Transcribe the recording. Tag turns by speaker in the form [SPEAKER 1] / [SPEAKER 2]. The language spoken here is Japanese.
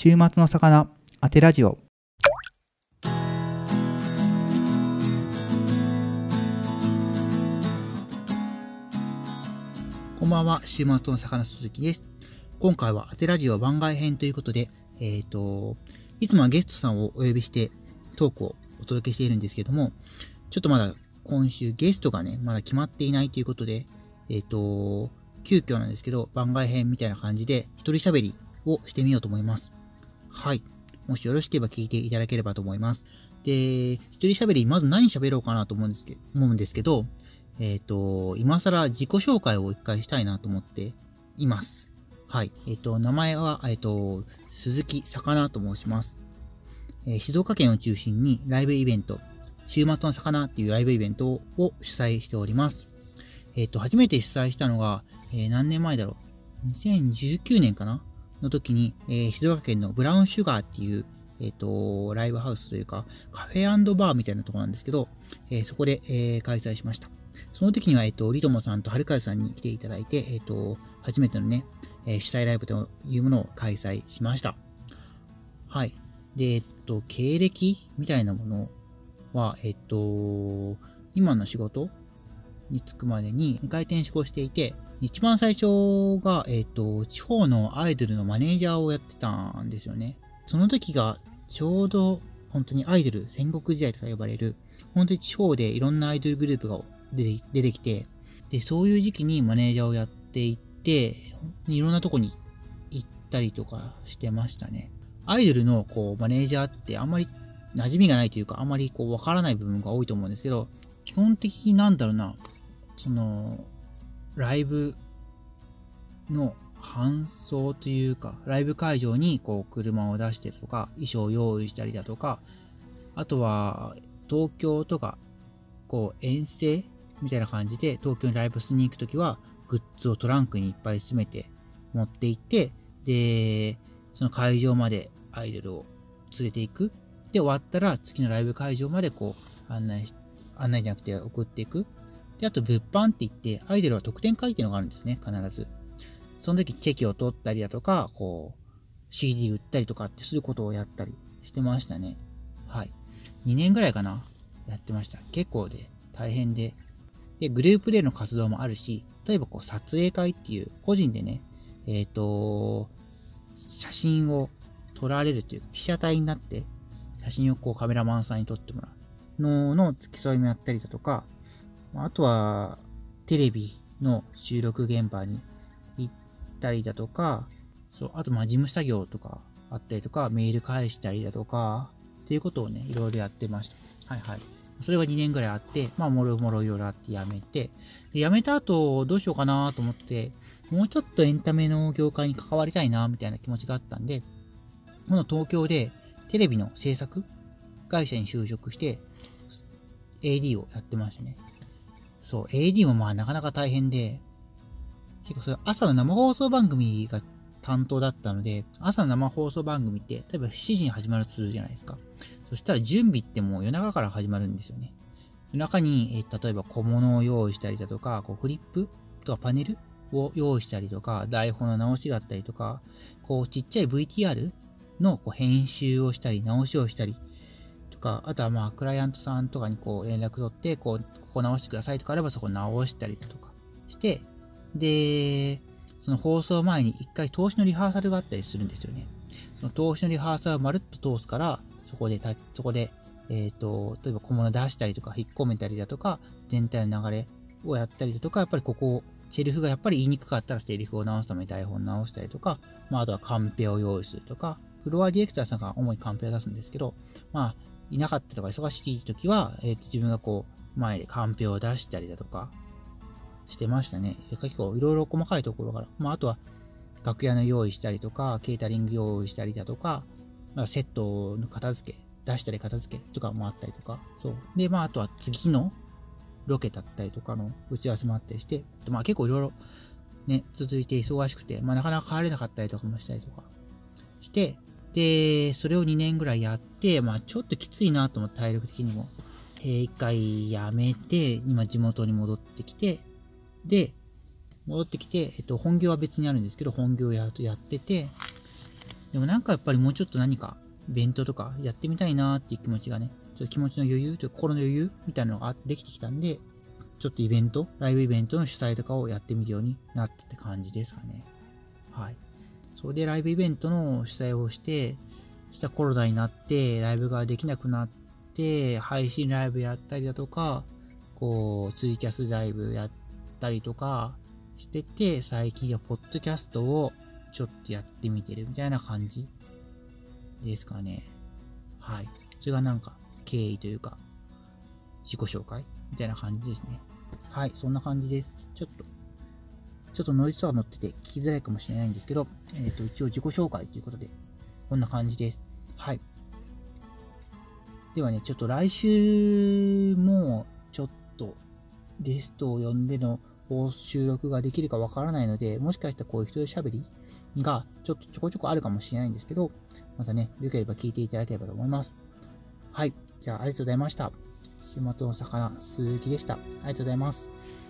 [SPEAKER 1] 週末の魚当てラジオ。こんばんは、週末の魚鈴木です。今回は当てラジオ番外編ということで、いつもはゲストさんをお呼びしてトークをお届けしているんですけども、ちょっとまだ今週ゲストがね、まだ決まっていないということで、急遽なんですけど、番外編みたいな感じで一人喋りをしてみようと思います。はい。もしよろしければ聞いていただければと思います。で、一人喋り、まず何喋ろうかなと思うんですけど、今更自己紹介を一回したいなと思っています。はい。名前は、鈴木魚と申します。静岡県を中心にライブイベント、週末の魚っていうライブイベントを主催しております。初めて主催したのが、何年前だろう。2019年かなの時に、静岡県のブラウンシュガーっていう、ライブハウスというか、カフェ&バーみたいなところなんですけど、そこで、開催しました。その時には、リトモさんとはるかずさんに来ていただいて、初めてのね、主催ライブというものを開催しました。はい。で、経歴みたいなものは、今の仕事に就くまでに2回転職をしていて、一番最初が、地方のアイドルのマネージャーをやってたんですよね。その時がちょうど本当にアイドル戦国時代とか呼ばれる、本当に地方でいろんなアイドルグループが出てきて、で、そういう時期にマネージャーをやっていって、いろんなとこに行ったりとかしてましたね。アイドルのこうマネージャーってあんまり馴染みがないというか、あんまりこうわからない部分が多いと思うんですけど、基本的になんだろうな、ライブの搬送というか、ライブ会場にこう車を出してとか、衣装を用意したりだとか、あとは東京とか、こう遠征みたいな感じで東京にライブしに行くときは、グッズをトランクにいっぱい詰めて持って行って、で、その会場までアイドルを連れて行く。で、終わったら次のライブ会場までこう案内じゃなくて送っていく。で、あと物販って言って、アイドルは特典会っていうのがあるんですよね、必ず。その時チェキを取ったりだとか、こう、CD 売ったりとかってすることをやったりしてましたね。はい。2年ぐらいかな、やってました。結構で、大変で。で、グループでの活動もあるし、例えばこう、撮影会っていう、個人でね、写真を撮られるという、被写体になって、写真をこうカメラマンさんに撮ってもらうの付き添いもやったりだとか、あとは、テレビの収録現場に行ったりだとか、そう、あと事務作業とかあったりとか、メール返したりだとか、っていうことをね、いろいろやってました。はいはい。それが2年ぐらいあって、もろもろいろいろあって辞めて、で辞めた後、どうしようかなと思って、もうちょっとエンタメの業界に関わりたいな、みたいな気持ちがあったんで、この東京でテレビの制作会社に就職して、AD をやってましたね。そう、AD もなかなか大変で、結構それ朝の生放送番組が担当だったので、朝の生放送番組って、例えば7時に始まるとするじゃないですか。そしたら準備ってもう夜中から始まるんですよね。夜中に、例えば小物を用意したりだとか、こうフリップとかパネルを用意したりとか、台本の直しがあったりとか、こうちっちゃい VTR のこう編集をしたり、直しをしたり、とか、あとはクライアントさんとかにこう連絡取って、ここ直してくださいとかあればそこ直したりだとかして、で、その放送前に一回投資のリハーサルがあったりするんですよね。その投資のリハーサルをまるっと通すから、そこで、例えば小物出したりとか、引っ込めたりだとか、全体の流れをやったりだとか、やっぱりセリフがやっぱり言いにくかったらセリフを直すために台本直したりとか、あとはカンペを用意するとか、フロアディレクターさんが主にカンペを出すんですけど、いなかったとか忙しい時は、自分がこう、前でカンペを出したりだとか、してましたね。結構いろいろ細かいところから、あとは楽屋の用意したりとか、ケータリング用意したりだとか、セットの片付け、出したり片付けとかもあったりとか、そう。で、あとは次のロケだったりとかの打ち合わせもあったりして、結構いろいろね、続いて忙しくて、なかなか帰れなかったりとかもしたりとかして、で、それを2年ぐらいやって、ちょっときついなと思って体力的にも、一回やめて、今地元に戻ってきて、本業は別にあるんですけど、本業やってて、 でもなんかやっぱりもうちょっと何かイベントとかやってみたいなーっていう気持ちがね、ちょっと気持ちの余裕というか心の余裕みたいなのができてきたんで、ちょっとイベント、ライブイベントの主催とかをやってみるようになったって感じですかね。はい。それでライブイベントの主催をして、したコロナになってライブができなくなって、配信ライブやったりだとか、こう、ツイキャスライブやったりとかしてて、最近はポッドキャストをちょっとやってみてるみたいな感じですかね。はい。それがなんか経緯というか、自己紹介みたいな感じですね。はい、そんな感じです。ちょっとノイズとか乗ってて聞きづらいかもしれないんですけど、一応自己紹介ということで、こんな感じです。はい。ではね、ちょっと来週も、ちょっとゲストを呼んでの収録ができるかわからないので、もしかしたらこういう一人喋りがちょっとちょこちょこあるかもしれないんですけど、またね、よければ聞いていただければと思います。はい。じゃあ、ありがとうございました。週末の魚、鈴木でした。ありがとうございます。